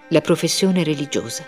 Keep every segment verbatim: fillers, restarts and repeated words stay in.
La professione religiosa.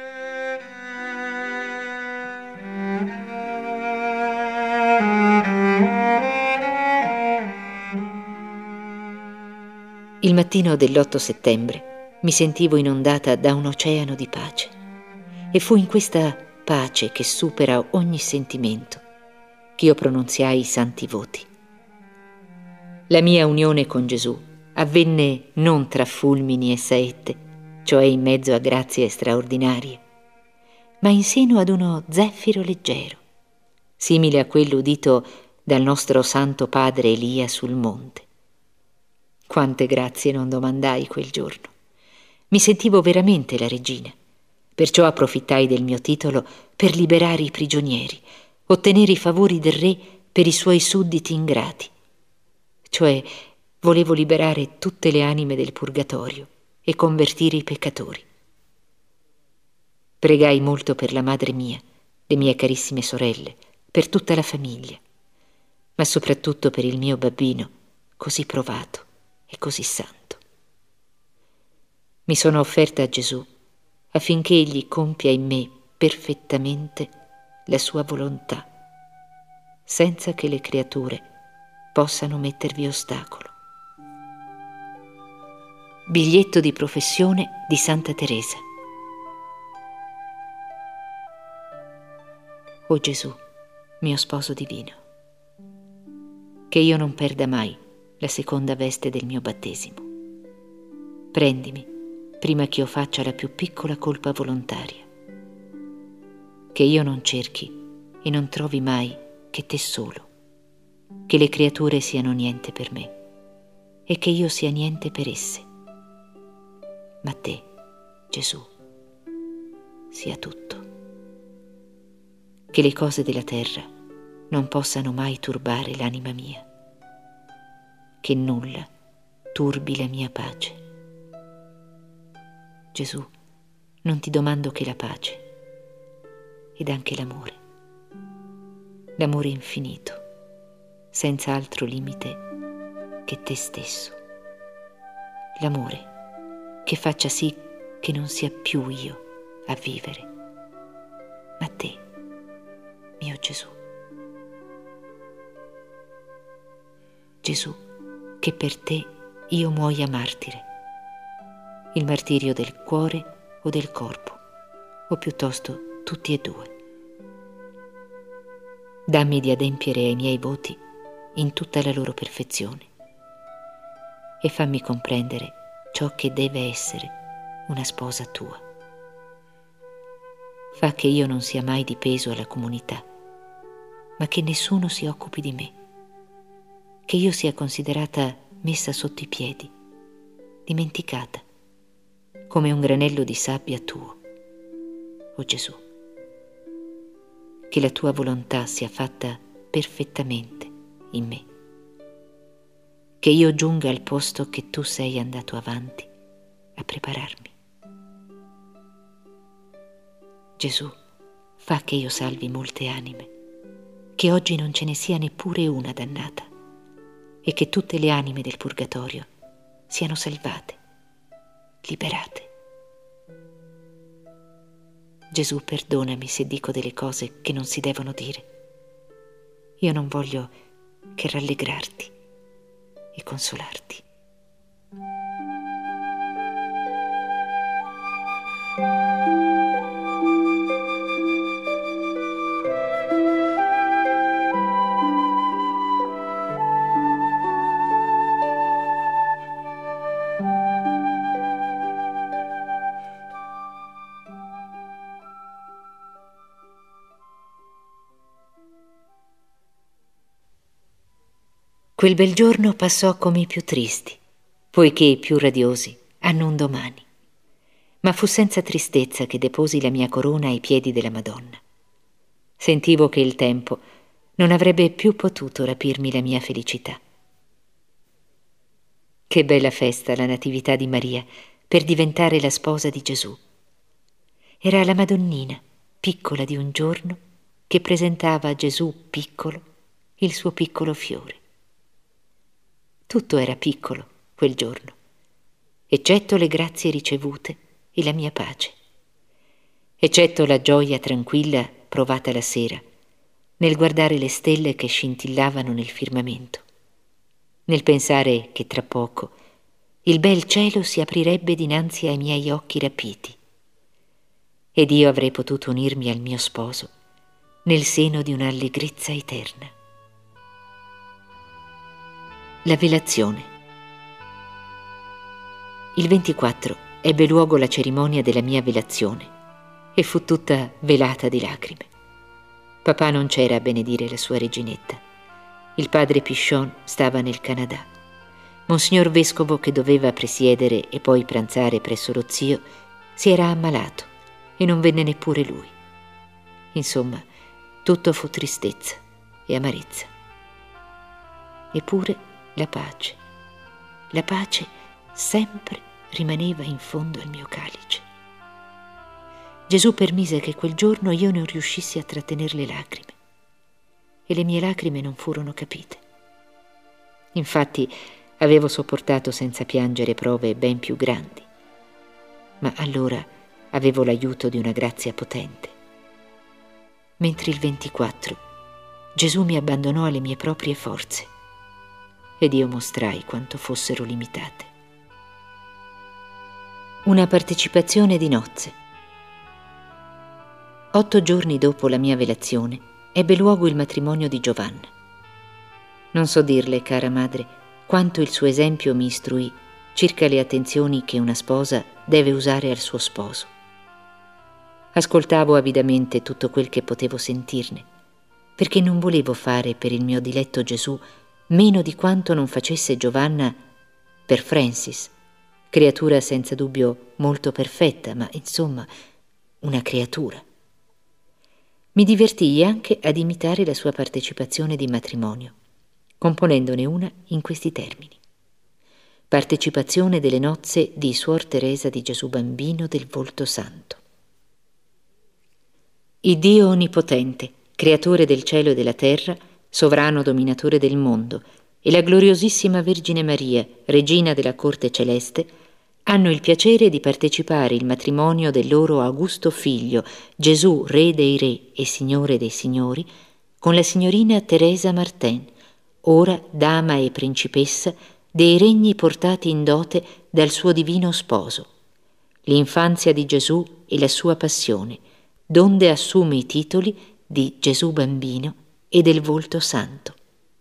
Il mattino dell'otto settembre mi sentivo inondata da un oceano di pace, e fu in questa pace che supera ogni sentimento che io pronunziai i santi voti. La mia unione con Gesù avvenne non tra fulmini e saette, cioè in mezzo a grazie straordinarie, ma in seno ad uno zeffiro leggero, simile a quello udito dal nostro santo padre Elia sul monte. Quante grazie non domandai quel giorno. Mi sentivo veramente la regina, perciò approfittai del mio titolo per liberare i prigionieri, ottenere i favori del re per i suoi sudditi ingrati, cioè volevo liberare tutte le anime del purgatorio e convertire i peccatori. Pregai molto per la madre mia, le mie carissime sorelle, per tutta la famiglia, ma soprattutto per il mio babbino, così provato e così santo. Mi sono offerta a Gesù affinché egli compia in me perfettamente la sua volontà, senza che le creature possano mettervi ostacolo. Biglietto di professione di Santa Teresa. O Gesù, mio sposo divino, che io non perda mai la seconda veste del mio battesimo. Prendimi prima che io faccia la più piccola colpa volontaria, che io non cerchi e non trovi mai che te solo, che le creature siano niente per me e che io sia niente per esse, ma te, Gesù, sia tutto. Che le cose della terra non possano mai turbare l'anima mia, che nulla turbi la mia pace. Gesù, non ti domando che la pace ed anche l'amore, l'amore infinito, senza altro limite che te stesso, l'amore che faccia sì che non sia più io a vivere, ma te, mio Gesù. Gesù, che per te io muoia martire, il martirio del cuore o del corpo, o piuttosto tutti e due. Dammi di adempiere ai miei voti in tutta la loro perfezione e fammi comprendere ciò che deve essere una sposa tua. Fa che io non sia mai di peso alla comunità, ma che nessuno si occupi di me, che io sia considerata messa sotto i piedi, dimenticata, come un granello di sabbia tuo, o Gesù. Che la tua volontà sia fatta perfettamente in me, che io giunga al posto che tu sei andato avanti a prepararmi. Gesù, fa che io salvi molte anime, che oggi non ce ne sia neppure una dannata, e che tutte le anime del purgatorio siano salvate, liberate. Gesù, perdonami se dico delle cose che non si devono dire. Io non voglio che rallegrarti e consolarti. Quel bel giorno passò come i più tristi, poiché i più radiosi hanno un domani. Ma fu senza tristezza che deposi la mia corona ai piedi della Madonna. Sentivo che il tempo non avrebbe più potuto rapirmi la mia felicità. Che bella festa la Natività di Maria per diventare la sposa di Gesù. Era la Madonnina, piccola di un giorno, che presentava a Gesù piccolo il suo piccolo fiore. Tutto era piccolo quel giorno, eccetto le grazie ricevute e la mia pace, eccetto la gioia tranquilla provata la sera nel guardare le stelle che scintillavano nel firmamento, nel pensare che tra poco il bel cielo si aprirebbe dinanzi ai miei occhi rapiti ed io avrei potuto unirmi al mio sposo nel seno di un'allegrezza eterna. La velazione. Il ventiquattro ebbe luogo la cerimonia della mia velazione e fu tutta velata di lacrime. Papà non c'era a benedire la sua reginetta. Il padre Pichon stava nel Canada. Monsignor Vescovo, che doveva presiedere e poi pranzare presso lo zio, si era ammalato e non venne neppure lui. Insomma, tutto fu tristezza e amarezza. Eppure la pace, la pace sempre rimaneva in fondo al mio calice. Gesù permise che quel giorno io non riuscissi a trattenere le lacrime e le mie lacrime non furono capite. Infatti avevo sopportato senza piangere prove ben più grandi, ma allora avevo l'aiuto di una grazia potente. Mentre il ventiquattro Gesù mi abbandonò alle mie proprie forze ed io mostrai quanto fossero limitate. Una partecipazione di nozze. Otto giorni dopo la mia velazione ebbe luogo il matrimonio di Giovanna. Non so dirle, cara madre, quanto il suo esempio mi istruì circa le attenzioni che una sposa deve usare al suo sposo. Ascoltavo avidamente tutto quel che potevo sentirne, perché non volevo fare per il mio diletto Gesù meno di quanto non facesse Giovanna per Francis, creatura senza dubbio molto perfetta, ma insomma una creatura. Mi divertii anche ad imitare la sua partecipazione di matrimonio, componendone una in questi termini: partecipazione delle nozze di Suor Teresa di Gesù Bambino del Volto Santo. Il Dio Onnipotente, creatore del cielo e della terra, sovrano dominatore del mondo, e la gloriosissima Vergine Maria, regina della corte celeste, hanno il piacere di partecipare il matrimonio del loro augusto figlio, Gesù, Re dei Re e Signore dei Signori, con la signorina Teresa Martin, ora dama e principessa dei regni portati in dote dal suo divino sposo, l'infanzia di Gesù e la sua passione, donde assume i titoli di Gesù Bambino e del Volto Santo.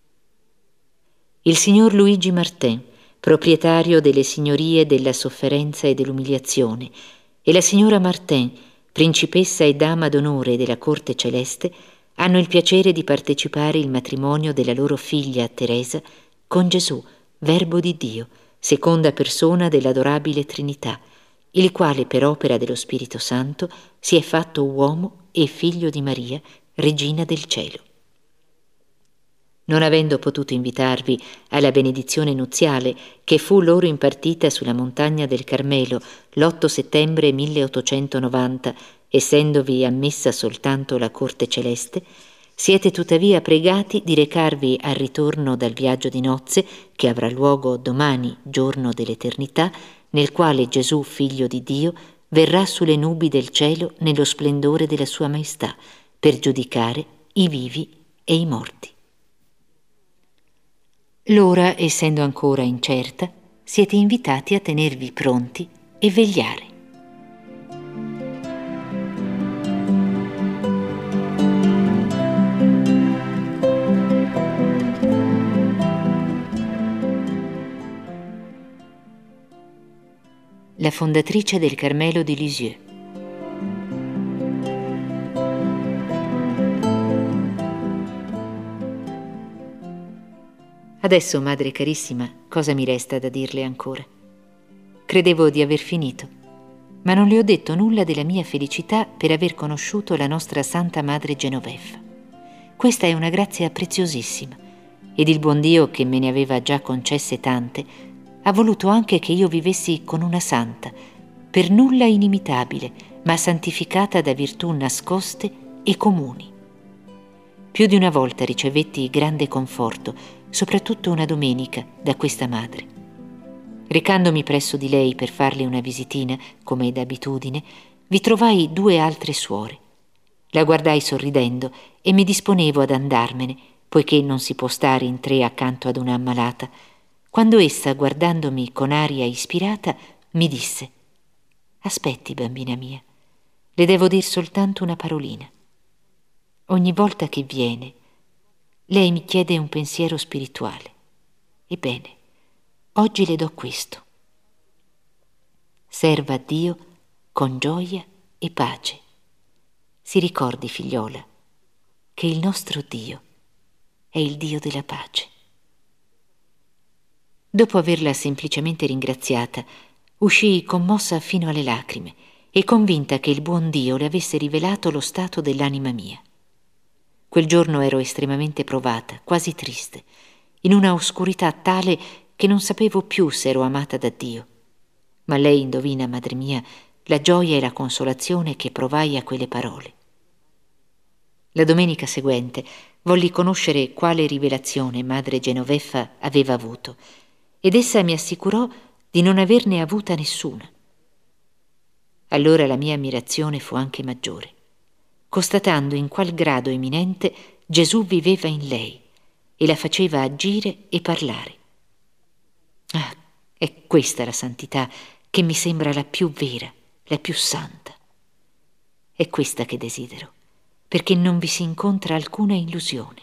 Il signor Luigi Martin, proprietario delle signorie della sofferenza e dell'umiliazione, e la signora Martin, principessa e dama d'onore della corte celeste, hanno il piacere di partecipare il matrimonio della loro figlia Teresa con Gesù, Verbo di Dio, seconda persona dell'adorabile Trinità, il quale per opera dello Spirito Santo si è fatto uomo e figlio di Maria, regina del cielo. Non avendo potuto invitarvi alla benedizione nuziale che fu loro impartita sulla montagna del Carmelo l'otto settembre milleottocentonovanta, essendovi ammessa soltanto la corte celeste, siete tuttavia pregati di recarvi al ritorno dal viaggio di nozze che avrà luogo domani, giorno dell'eternità, nel quale Gesù, figlio di Dio, verrà sulle nubi del cielo nello splendore della sua maestà per giudicare i vivi e i morti. L'ora, essendo ancora incerta, siete invitati a tenervi pronti e vegliare. La fondatrice del Carmelo di Lisieux. Adesso, madre carissima, cosa mi resta da dirle ancora? Credevo di aver finito, ma non le ho detto nulla della mia felicità per aver conosciuto la nostra Santa Madre Genoveffa. Questa è una grazia preziosissima, ed il buon Dio, che me ne aveva già concesse tante, ha voluto anche che io vivessi con una santa, per nulla inimitabile, ma santificata da virtù nascoste e comuni. Più di una volta ricevetti grande conforto, soprattutto una domenica, da questa madre. Recandomi presso di lei per farle una visitina, come d'abitudine, vi trovai due altre suore. La guardai sorridendo e mi disponevo ad andarmene, poiché non si può stare in tre accanto ad una ammalata, quando essa, guardandomi con aria ispirata, mi disse: «Aspetti, bambina mia, le devo dir soltanto una parolina. Ogni volta che viene, lei mi chiede un pensiero spirituale. Ebbene, oggi le do questo. Serva a Dio con gioia e pace. Si ricordi, figliola, che il nostro Dio è il Dio della pace». Dopo averla semplicemente ringraziata, uscii commossa fino alle lacrime e convinta che il buon Dio le avesse rivelato lo stato dell'anima mia. Quel giorno ero estremamente provata, quasi triste, in una oscurità tale che non sapevo più se ero amata da Dio. Ma lei indovina, madre mia, la gioia e la consolazione che provai a quelle parole. La domenica seguente volli conoscere quale rivelazione madre Genoveffa aveva avuto, ed essa mi assicurò di non averne avuta nessuna. Allora la mia ammirazione fu anche maggiore, constatando in qual grado eminente Gesù viveva in lei e la faceva agire e parlare. Ah, è questa la santità che mi sembra la più vera, la più santa. È questa che desidero, perché non vi si incontra alcuna illusione.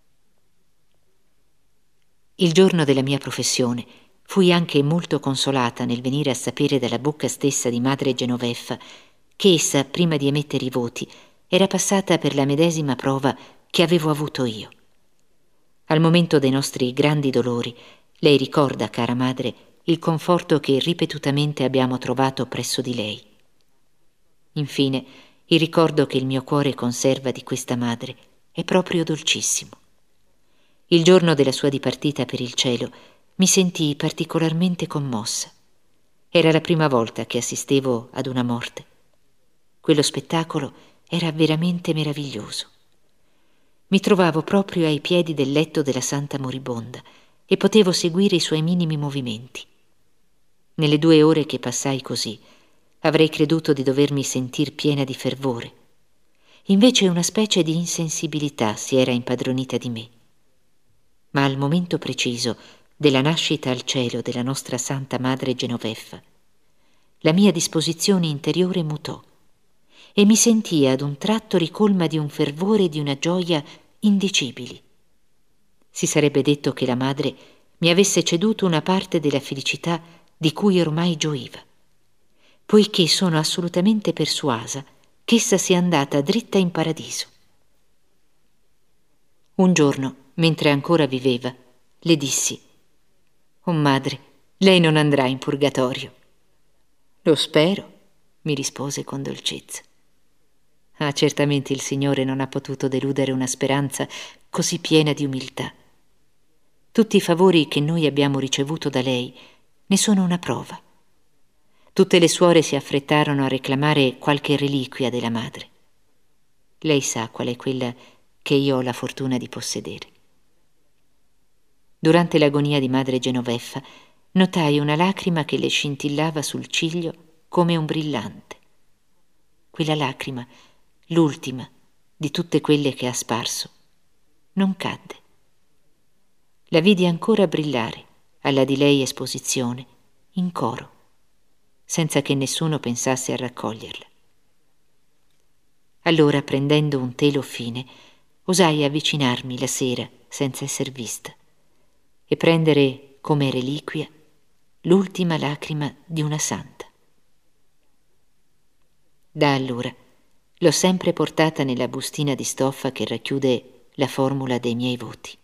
Il giorno della mia professione fui anche molto consolata nel venire a sapere dalla bocca stessa di madre Genoveffa che essa, prima di emettere i voti, era passata per la medesima prova che avevo avuto io. Al momento dei nostri grandi dolori, lei ricorda, cara madre, il conforto che ripetutamente abbiamo trovato presso di lei. Infine, il ricordo che il mio cuore conserva di questa madre è proprio dolcissimo. Il giorno della sua dipartita per il cielo mi sentii particolarmente commossa. Era la prima volta che assistevo ad una morte. Quello spettacolo era veramente meraviglioso. Mi trovavo proprio ai piedi del letto della santa moribonda e potevo seguire i suoi minimi movimenti. Nelle due ore che passai così, avrei creduto di dovermi sentir piena di fervore. Invece una specie di insensibilità si era impadronita di me. Ma al momento preciso della nascita al cielo della nostra Santa Madre Genoveffa, la mia disposizione interiore mutò e mi sentii ad un tratto ricolma di un fervore e di una gioia indicibili. Si sarebbe detto che la madre mi avesse ceduto una parte della felicità di cui ormai gioiva, poiché sono assolutamente persuasa che essa sia andata dritta in paradiso. Un giorno, mentre ancora viveva, le dissi: «Oh madre, lei non andrà in purgatorio». «Lo spero», mi rispose con dolcezza. Ah, certamente il Signore non ha potuto deludere una speranza così piena di umiltà. Tutti i favori che noi abbiamo ricevuto da lei ne sono una prova. Tutte le suore si affrettarono a reclamare qualche reliquia della madre. Lei sa qual è quella che io ho la fortuna di possedere. Durante l'agonia di madre Genoveffa notai una lacrima che le scintillava sul ciglio come un brillante. Quella lacrima, l'ultima di tutte quelle che ha sparso, non cadde. La vidi ancora brillare alla di lei esposizione, in coro, senza che nessuno pensasse a raccoglierla. Allora, prendendo un telo fine, osai avvicinarmi la sera senza esser vista e prendere come reliquia l'ultima lacrima di una santa. Da allora l'ho sempre portata nella bustina di stoffa che racchiude la formula dei miei voti.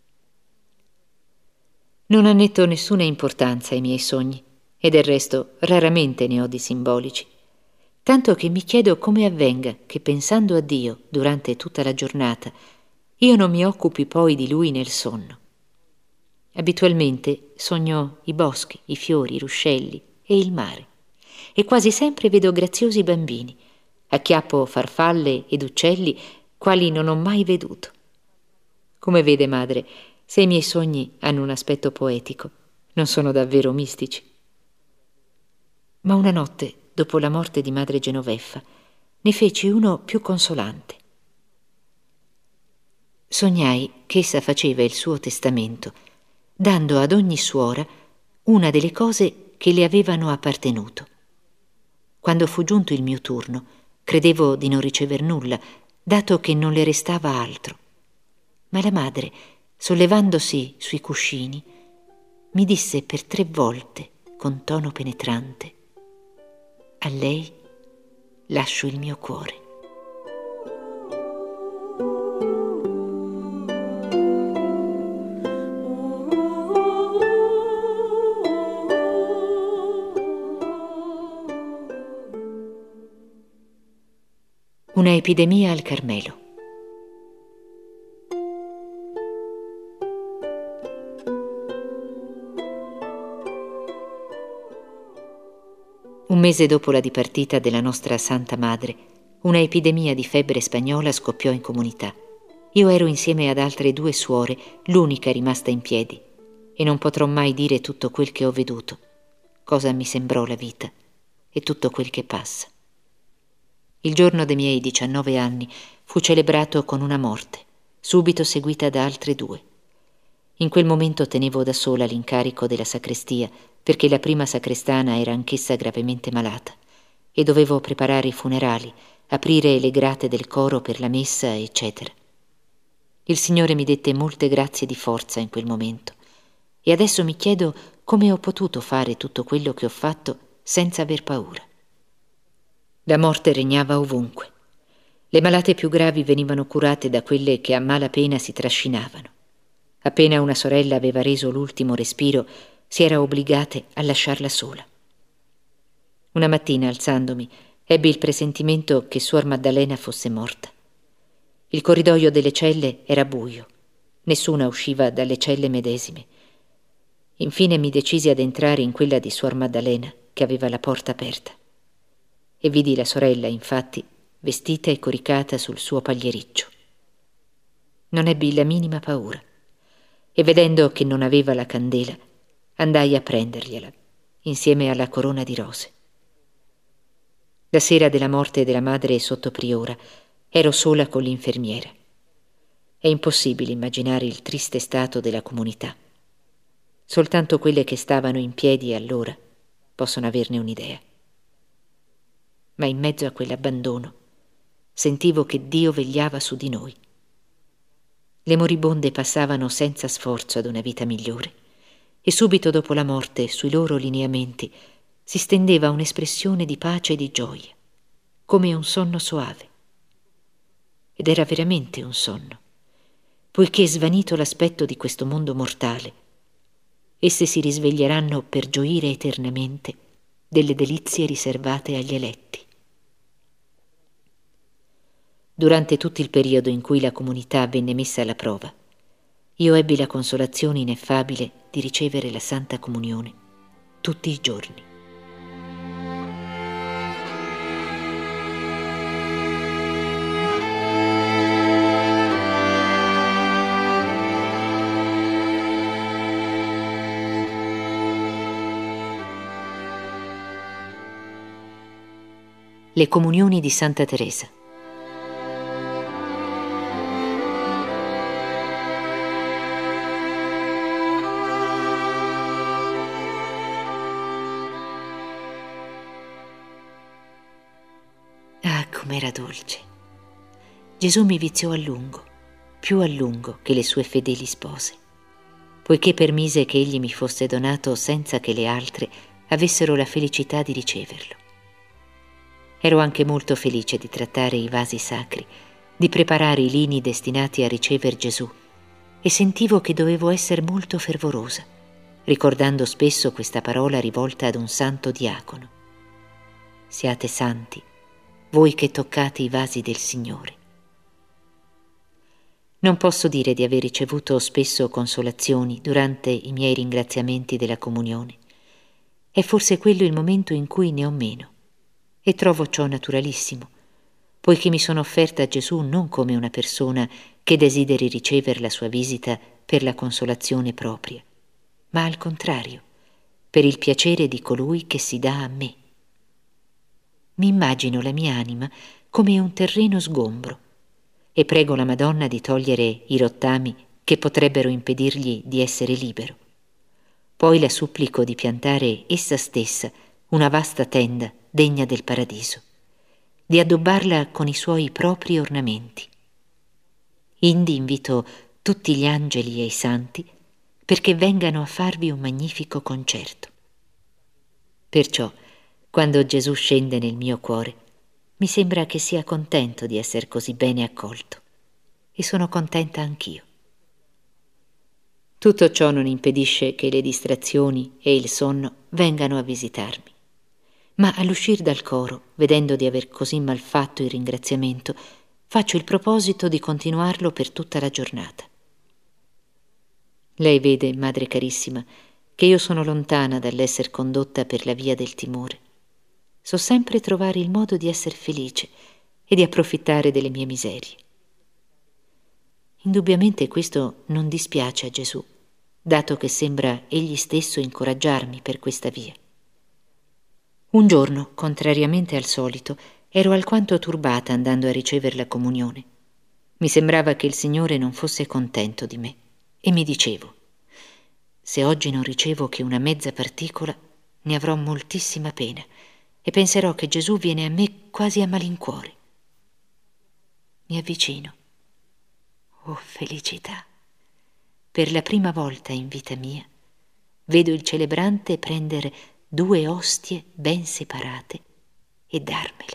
Non annetto nessuna importanza ai miei sogni e del resto raramente ne ho di simbolici, tanto che mi chiedo come avvenga che, pensando a Dio durante tutta la giornata, io non mi occupi poi di Lui nel sonno. Abitualmente sogno i boschi, i fiori, i ruscelli e il mare, e quasi sempre vedo graziosi bambini, acchiappo farfalle ed uccelli quali non ho mai veduto. Come vede, madre, se i miei sogni hanno un aspetto poetico, non sono davvero mistici. Ma una notte, dopo la morte di madre Genoveffa, ne feci uno più consolante. Sognai che essa faceva il suo testamento, dando ad ogni suora una delle cose che le avevano appartenuto. Quando fu giunto il mio turno, credevo di non ricever nulla, dato che non le restava altro. Ma la madre, sollevandosi sui cuscini, mi disse per tre volte, con tono penetrante: «A lei lascio il mio cuore». Una epidemia al Carmelo. Un mese dopo la dipartita della nostra Santa Madre, una epidemia di febbre spagnola scoppiò in comunità. Io ero insieme ad altre due suore, l'unica rimasta in piedi, e non potrò mai dire tutto quel che ho veduto, cosa mi sembrò la vita e tutto quel che passa. Il giorno dei miei diciannove anni fu celebrato con una morte, subito seguita da altre due. In quel momento tenevo da sola l'incarico della sacrestia, perché la prima sacrestana era anch'essa gravemente malata, e dovevo preparare i funerali, aprire le grate del coro per la messa, eccetera. Il Signore mi dette molte grazie di forza in quel momento, e adesso mi chiedo come ho potuto fare tutto quello che ho fatto senza aver paura. La morte regnava ovunque. Le malate più gravi venivano curate da quelle che a malapena si trascinavano. Appena una sorella aveva reso l'ultimo respiro, si era obbligate a lasciarla sola. Una mattina, alzandomi, ebbi il presentimento che Suor Maddalena fosse morta. Il corridoio delle celle era buio. Nessuna usciva dalle celle medesime. Infine mi decisi ad entrare in quella di Suor Maddalena, che aveva la porta aperta. E vidi la sorella, infatti, vestita e coricata sul suo pagliericcio. Non ebbi la minima paura, e vedendo che non aveva la candela, andai a prendergliela, insieme alla corona di rose. La sera della morte della madre sottopriora ero sola con l'infermiera. È impossibile immaginare il triste stato della comunità. Soltanto quelle che stavano in piedi allora possono averne un'idea. Ma in mezzo a quell'abbandono sentivo che Dio vegliava su di noi. Le moribonde passavano senza sforzo ad una vita migliore, e subito dopo la morte sui loro lineamenti si stendeva un'espressione di pace e di gioia, come un sonno soave. Ed era veramente un sonno, poiché svanito l'aspetto di questo mondo mortale, esse si risveglieranno per gioire eternamente delle delizie riservate agli eletti. Durante tutto il periodo in cui la comunità venne messa alla prova, io ebbi la consolazione ineffabile di ricevere la Santa Comunione tutti i giorni. Le comunioni di Santa Teresa. Ah, com'era dolce! Gesù mi viziò a lungo, più a lungo che le sue fedeli spose, poiché permise che egli mi fosse donato senza che le altre avessero la felicità di riceverlo. Ero anche molto felice di trattare i vasi sacri, di preparare i lini destinati a ricever Gesù, e sentivo che dovevo essere molto fervorosa, ricordando spesso questa parola rivolta ad un santo diacono: siate santi, voi che toccate i vasi del Signore. Non posso dire di aver ricevuto spesso consolazioni durante i miei ringraziamenti della comunione. È forse quello il momento in cui ne ho meno, e trovo ciò naturalissimo, poiché mi sono offerta a Gesù non come una persona che desideri ricevere la sua visita per la consolazione propria, ma al contrario, per il piacere di colui che si dà a me. mi immagino la mia anima come un terreno sgombro e prego la Madonna di togliere i rottami che potrebbero impedirgli di essere libero. Poi la supplico di piantare essa stessa una vasta tenda degna del paradiso, di addobbarla con i suoi propri ornamenti. Indi invito tutti gli angeli e i santi perché vengano a farvi un magnifico concerto. Perciò, quando Gesù scende nel mio cuore, mi sembra che sia contento di essere così bene accolto, e sono contenta anch'io. Tutto ciò non impedisce che le distrazioni e il sonno vengano a visitarmi, ma all'uscir dal coro, vedendo di aver così mal fatto il ringraziamento, faccio il proposito di continuarlo per tutta la giornata. Lei vede, madre carissima, che io sono lontana dall'esser condotta per la via del timore. So sempre trovare il modo di esser felice e di approfittare delle mie miserie. Indubbiamente questo non dispiace a Gesù, dato che sembra egli stesso incoraggiarmi per questa via. Un giorno, contrariamente al solito, ero alquanto turbata andando a ricever la comunione. Mi sembrava che il Signore non fosse contento di me e mi dicevo: se oggi non ricevo che una mezza particola, ne avrò moltissima pena e penserò che Gesù viene a me quasi a malincuore. Mi avvicino. Oh felicità! Per la prima volta in vita mia vedo il celebrante prendere due ostie ben separate e darmele.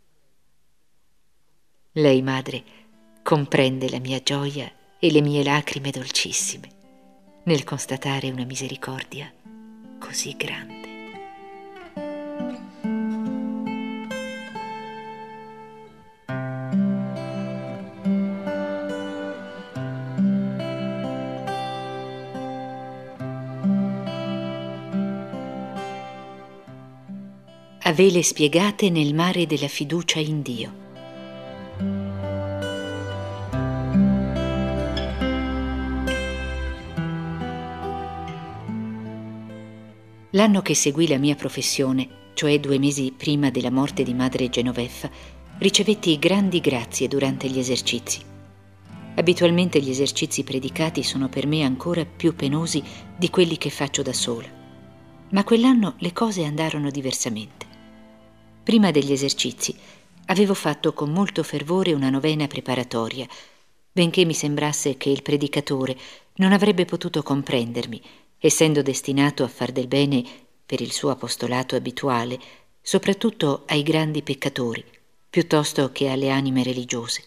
Lei, madre, comprende la mia gioia e le mie lacrime dolcissime nel constatare una misericordia così grande. A vele spiegate nel mare della fiducia in Dio. L'anno che seguì la mia professione, cioè due mesi prima della morte di madre Genoveffa, ricevetti grandi grazie durante gli esercizi. Abitualmente gli esercizi predicati sono per me ancora più penosi di quelli che faccio da sola, ma quell'anno le cose andarono diversamente. Prima degli esercizi avevo fatto con molto fervore una novena preparatoria, benché mi sembrasse che il predicatore non avrebbe potuto comprendermi, essendo destinato a far del bene per il suo apostolato abituale, soprattutto ai grandi peccatori, piuttosto che alle anime religiose.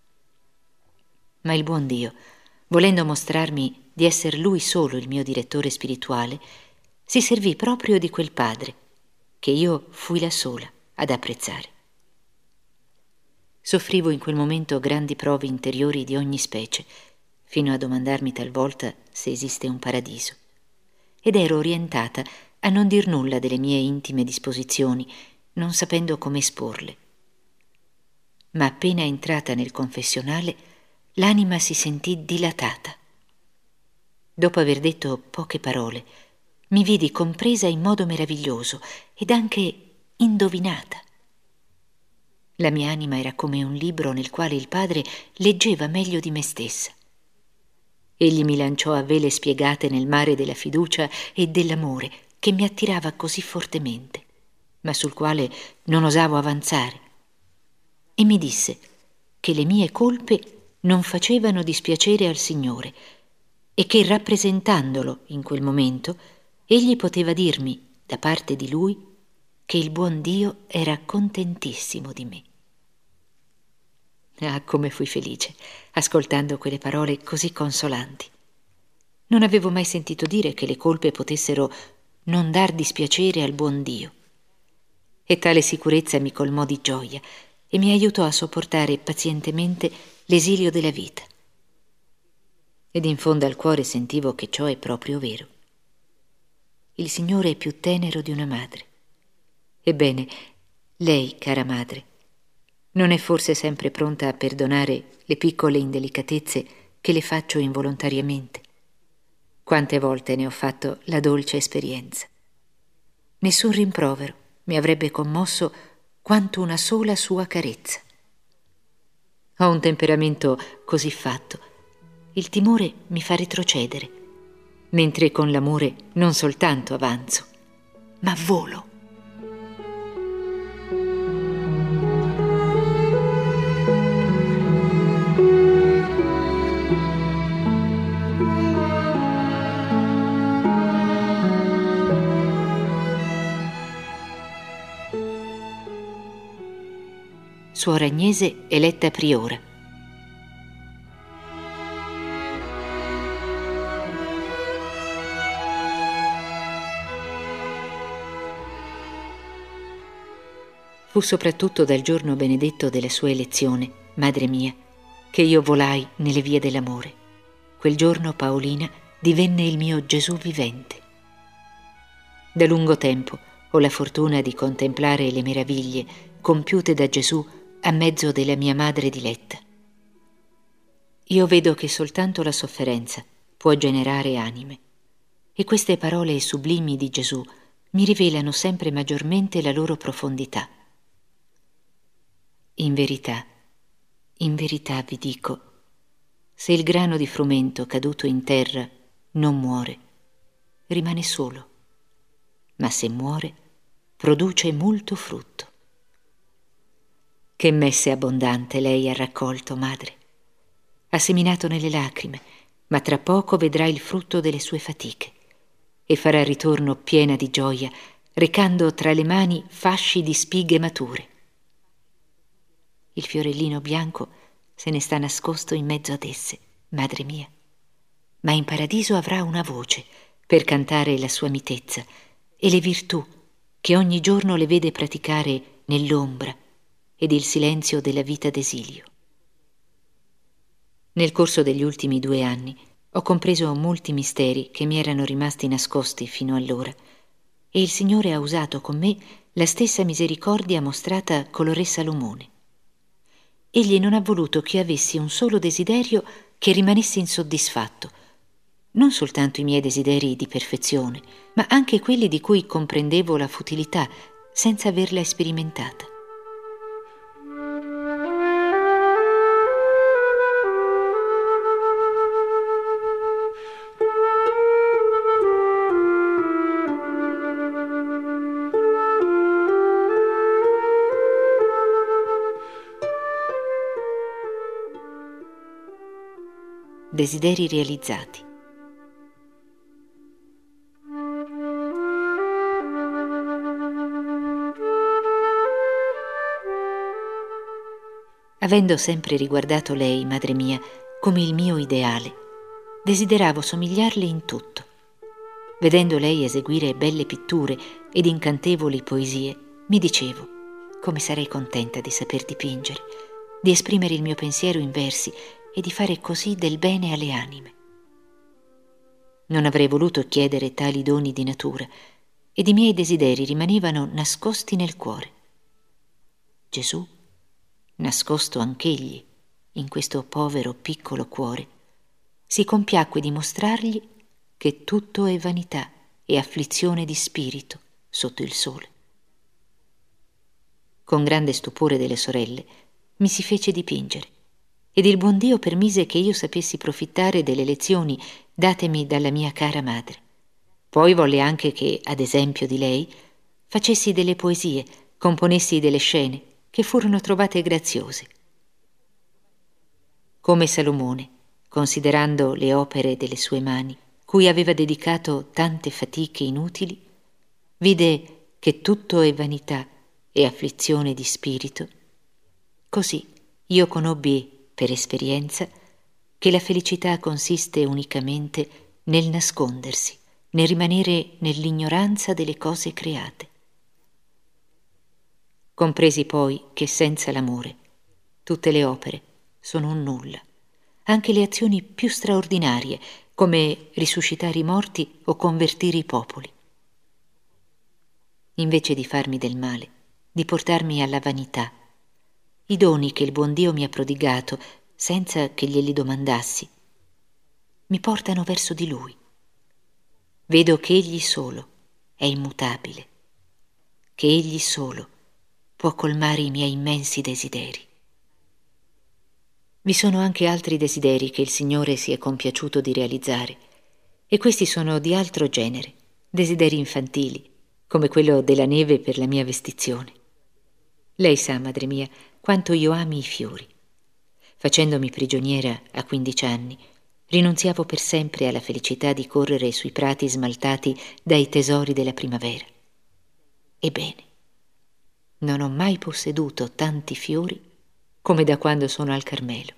Ma il buon Dio, volendo mostrarmi di esser Lui solo il mio direttore spirituale, si servì proprio di quel padre, che io fui la sola ad apprezzare. Soffrivo in quel momento grandi prove interiori di ogni specie, fino a domandarmi talvolta se esiste un paradiso, ed ero orientata a non dir nulla delle mie intime disposizioni, non sapendo come esporle. Ma appena entrata nel confessionale, l'anima si sentì dilatata. Dopo aver detto poche parole, mi vidi compresa in modo meraviglioso ed anche indovinata. La mia anima era come un libro nel quale il Padre leggeva meglio di me stessa. Egli mi lanciò a vele spiegate nel mare della fiducia e dell'amore che mi attirava così fortemente, ma sul quale non osavo avanzare, e mi disse che le mie colpe non facevano dispiacere al Signore e che, rappresentandolo in quel momento, egli poteva dirmi, da parte di Lui, che il buon Dio era contentissimo di me. Ah, come fui felice ascoltando quelle parole così consolanti. Non avevo mai sentito dire che le colpe potessero non dar dispiacere al buon Dio. E tale sicurezza mi colmò di gioia e mi aiutò a sopportare pazientemente l'esilio della vita. Ed in fondo al cuore sentivo che ciò è proprio vero. Il Signore è più tenero di una madre. Ebbene, lei, cara madre, non è forse sempre pronta a perdonare le piccole indelicatezze che le faccio involontariamente? Quante volte ne ho fatto la dolce esperienza. Nessun rimprovero mi avrebbe commosso quanto una sola sua carezza. Ho un temperamento così fatto. Il timore mi fa retrocedere, mentre con l'amore non soltanto avanzo, ma volo. Suor Agnese eletta priora. Fu soprattutto dal giorno benedetto della sua elezione, madre mia, che io volai nelle vie dell'amore. Quel giorno Paolina divenne il mio Gesù vivente. Da lungo tempo ho la fortuna di contemplare le meraviglie compiute da Gesù a mezzo della mia madre diletta. Io vedo che soltanto la sofferenza può generare anime, e queste parole sublimi di Gesù mi rivelano sempre maggiormente la loro profondità. In verità, in verità vi dico, se il grano di frumento caduto in terra non muore, rimane solo, ma se muore, produce molto frutto. Che messe abbondante lei ha raccolto, madre. Ha seminato nelle lacrime, ma tra poco vedrà il frutto delle sue fatiche e farà ritorno piena di gioia, recando tra le mani fasci di spighe mature. Il fiorellino bianco se ne sta nascosto in mezzo ad esse, madre mia, ma in paradiso avrà una voce per cantare la sua mitezza e le virtù che ogni giorno le vede praticare nell'ombra ed il silenzio della vita d'esilio. Nel corso degli ultimi due anni ho compreso molti misteri che mi erano rimasti nascosti fino allora, e il Signore ha usato con me la stessa misericordia mostrata con lo re Salomone. Egli non ha voluto che io avessi un solo desiderio che rimanesse insoddisfatto, non soltanto i miei desideri di perfezione, ma anche quelli di cui comprendevo la futilità senza averla sperimentata. Desideri realizzati. Avendo sempre riguardato lei, madre mia, come il mio ideale, desideravo somigliarle in tutto. Vedendo lei eseguire belle pitture ed incantevoli poesie, mi dicevo: come sarei contenta di saper dipingere, di esprimere il mio pensiero in versi e di fare così del bene alle anime. Non avrei voluto chiedere tali doni di natura, ed i miei desideri rimanevano nascosti nel cuore. Gesù, nascosto anch'egli in questo povero piccolo cuore, si compiacque di mostrargli che tutto è vanità e afflizione di spirito sotto il sole. Con grande stupore delle sorelle mi si fece dipingere, ed il buon Dio permise che io sapessi profittare delle lezioni datemi dalla mia cara madre. Poi volle anche che, ad esempio di lei, facessi delle poesie, componessi delle scene che furono trovate graziose. Come Salomone, considerando le opere delle sue mani, cui aveva dedicato tante fatiche inutili, vide che tutto è vanità e afflizione di spirito. Così io conobbi per esperienza che la felicità consiste unicamente nel nascondersi, nel rimanere nell'ignoranza delle cose create. Compresi poi che senza l'amore tutte le opere sono un nulla, anche le azioni più straordinarie, come risuscitare i morti o convertire i popoli. Invece di farmi del male, di portarmi alla vanità, i doni che il buon Dio mi ha prodigato senza che glieli domandassi mi portano verso di Lui. Vedo che Egli solo è immutabile, che Egli solo può colmare i miei immensi desideri. Vi sono anche altri desideri che il Signore si è compiaciuto di realizzare, e questi sono di altro genere, desideri infantili, come quello della neve per la mia vestizione. Lei sa, madre mia, quanto io ami i fiori. Facendomi prigioniera a quindici anni, rinunziavo per sempre alla felicità di correre sui prati smaltati dai tesori della primavera. Ebbene, non ho mai posseduto tanti fiori come da quando sono al Carmelo.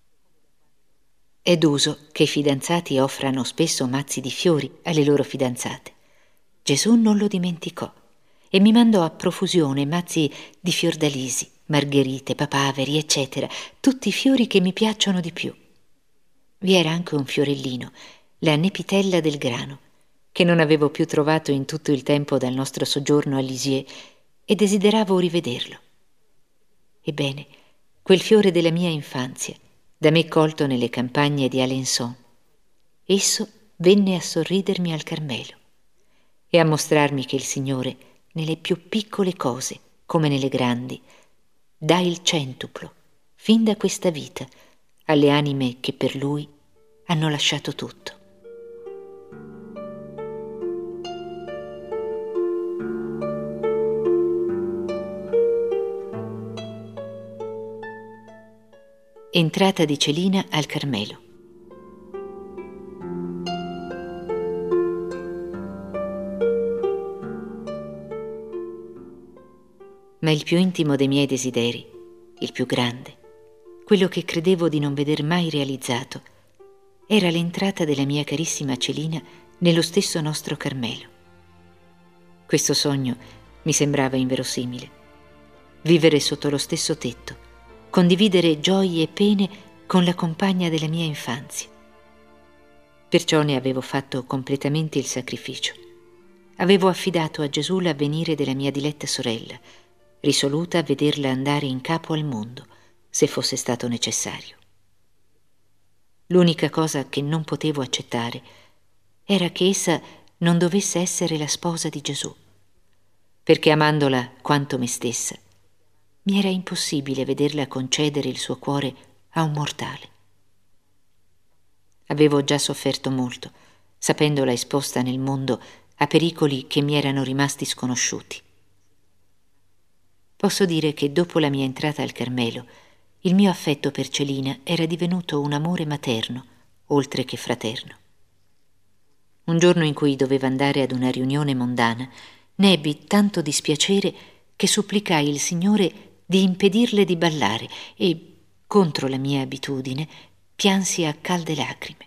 È d'uso che i fidanzati offrano spesso mazzi di fiori alle loro fidanzate. Gesù non lo dimenticò e mi mandò a profusione mazzi di fiordalisi, margherite, papaveri, eccetera, tutti i fiori che mi piacciono di più. Vi era anche un fiorellino, la nepitella del grano, che non avevo più trovato in tutto il tempo dal nostro soggiorno a Lisieux, e desideravo rivederlo. Ebbene, quel fiore della mia infanzia, da me colto nelle campagne di Alençon, esso venne a sorridermi al Carmelo e a mostrarmi che il Signore, nelle più piccole cose come nelle grandi, dà il centuplo, fin da questa vita, alle anime che per Lui hanno lasciato tutto. Entrata di Celina al Carmelo. Ma il più intimo dei miei desideri, il più grande, quello che credevo di non veder mai realizzato, era l'entrata della mia carissima Celina nello stesso nostro Carmelo. Questo sogno mi sembrava inverosimile. Vivere sotto lo stesso tetto, condividere gioie e pene con la compagna della mia infanzia. Perciò ne avevo fatto completamente il sacrificio. Avevo affidato a Gesù l'avvenire della mia diletta sorella, risoluta a vederla andare in capo al mondo, se fosse stato necessario. L'unica cosa che non potevo accettare era che essa non dovesse essere la sposa di Gesù, perché amandola quanto me stessa, mi era impossibile vederla concedere il suo cuore a un mortale. Avevo già sofferto molto, sapendola esposta nel mondo a pericoli che mi erano rimasti sconosciuti. Posso dire che dopo la mia entrata al Carmelo, il mio affetto per Celina era divenuto un amore materno, oltre che fraterno. Un giorno in cui doveva andare ad una riunione mondana, ne ebbi tanto dispiacere che supplicai il Signore di impedirle di ballare e, contro la mia abitudine, piansi a calde lacrime.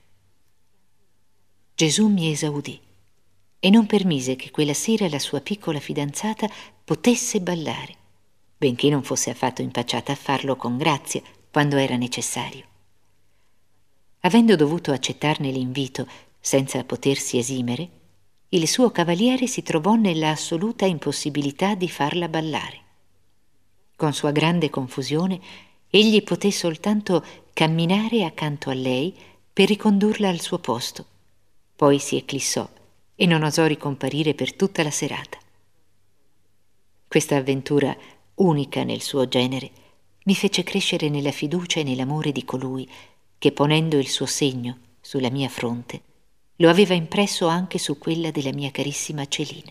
Gesù mi esaudì e non permise che quella sera la sua piccola fidanzata potesse ballare, benché non fosse affatto impacciata a farlo con grazia quando era necessario. Avendo dovuto accettarne l'invito senza potersi esimere, il suo cavaliere si trovò nella assoluta impossibilità di farla ballare. Con sua grande confusione, egli poté soltanto camminare accanto a lei per ricondurla al suo posto. Poi si eclissò e non osò ricomparire per tutta la serata. Questa avventura, unica nel suo genere, mi fece crescere nella fiducia e nell'amore di colui che, ponendo il suo segno sulla mia fronte, lo aveva impresso anche su quella della mia carissima Celina.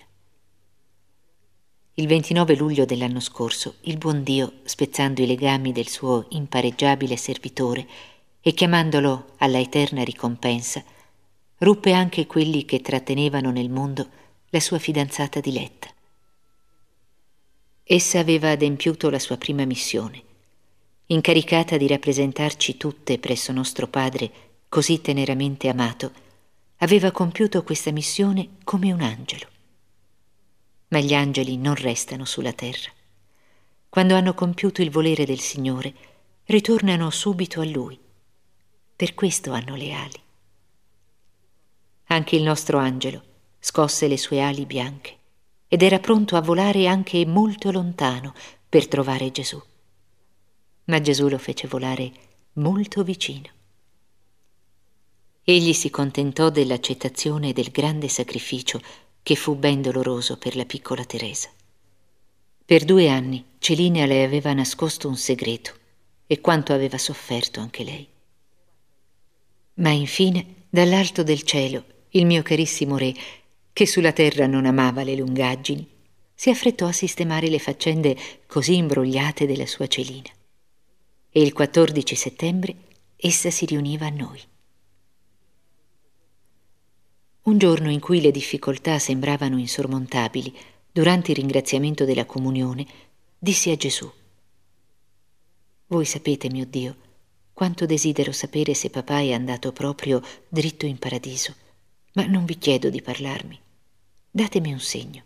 Il ventinove luglio dell'anno scorso, il buon Dio, spezzando i legami del suo impareggiabile servitore e chiamandolo alla eterna ricompensa, ruppe anche quelli che trattenevano nel mondo la sua fidanzata diletta. Essa aveva adempiuto la sua prima missione, incaricata di rappresentarci tutte presso nostro Padre così teneramente amato. Aveva compiuto questa missione come un angelo. Ma gli angeli non restano sulla terra. Quando hanno compiuto il volere del Signore, ritornano subito a Lui. Per questo hanno le ali. Anche il nostro angelo scosse le sue ali bianche ed era pronto a volare anche molto lontano per trovare Gesù. Ma Gesù lo fece volare molto vicino. Egli si contentò dell'accettazione del grande sacrificio che fu ben doloroso per la piccola Teresa. Per due anni Celina le aveva nascosto un segreto e quanto aveva sofferto anche lei. Ma infine, dall'alto del cielo, il mio carissimo re, che sulla terra non amava le lungaggini, si affrettò a sistemare le faccende così imbrogliate della sua Celina. E il quattordici settembre essa si riuniva a noi. Un giorno in cui le difficoltà sembravano insormontabili, durante il ringraziamento della comunione, dissi a Gesù: «Voi sapete, mio Dio, quanto desidero sapere se papà è andato proprio dritto in paradiso, ma non vi chiedo di parlarmi. Datemi un segno.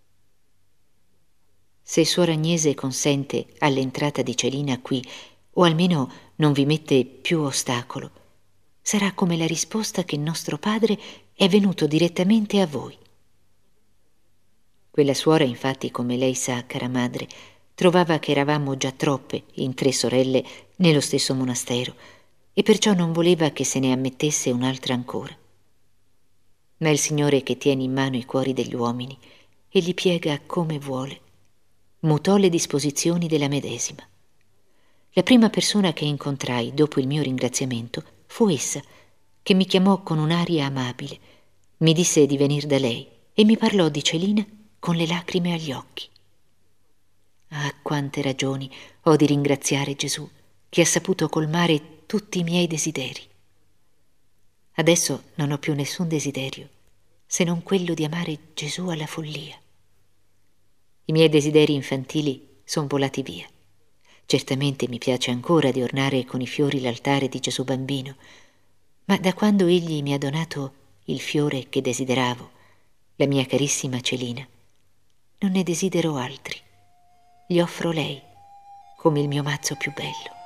Se Suor Agnese consente all'entrata di Celina qui, o almeno non vi mette più ostacolo, sarà come la risposta che il nostro padre è venuto direttamente a voi». Quella suora, infatti, come lei sa, cara madre, trovava che eravamo già troppe in tre sorelle nello stesso monastero e perciò non voleva che se ne ammettesse un'altra ancora. Ma il Signore, che tiene in mano i cuori degli uomini e li piega come vuole, mutò le disposizioni della medesima. La prima persona che incontrai dopo il mio ringraziamento fu essa, che mi chiamò con un'aria amabile, mi disse di venir da lei e mi parlò di Celina con le lacrime agli occhi. Ah, quante ragioni ho di ringraziare Gesù, che ha saputo colmare tutti i miei desideri. Adesso non ho più nessun desiderio, se non quello di amare Gesù alla follia. I miei desideri infantili sono volati via. Certamente mi piace ancora di ornare con i fiori l'altare di Gesù bambino, ma da quando egli mi ha donato il fiore che desideravo, la mia carissima Celina, non ne desidero altri. Gli offro lei come il mio mazzo più bello.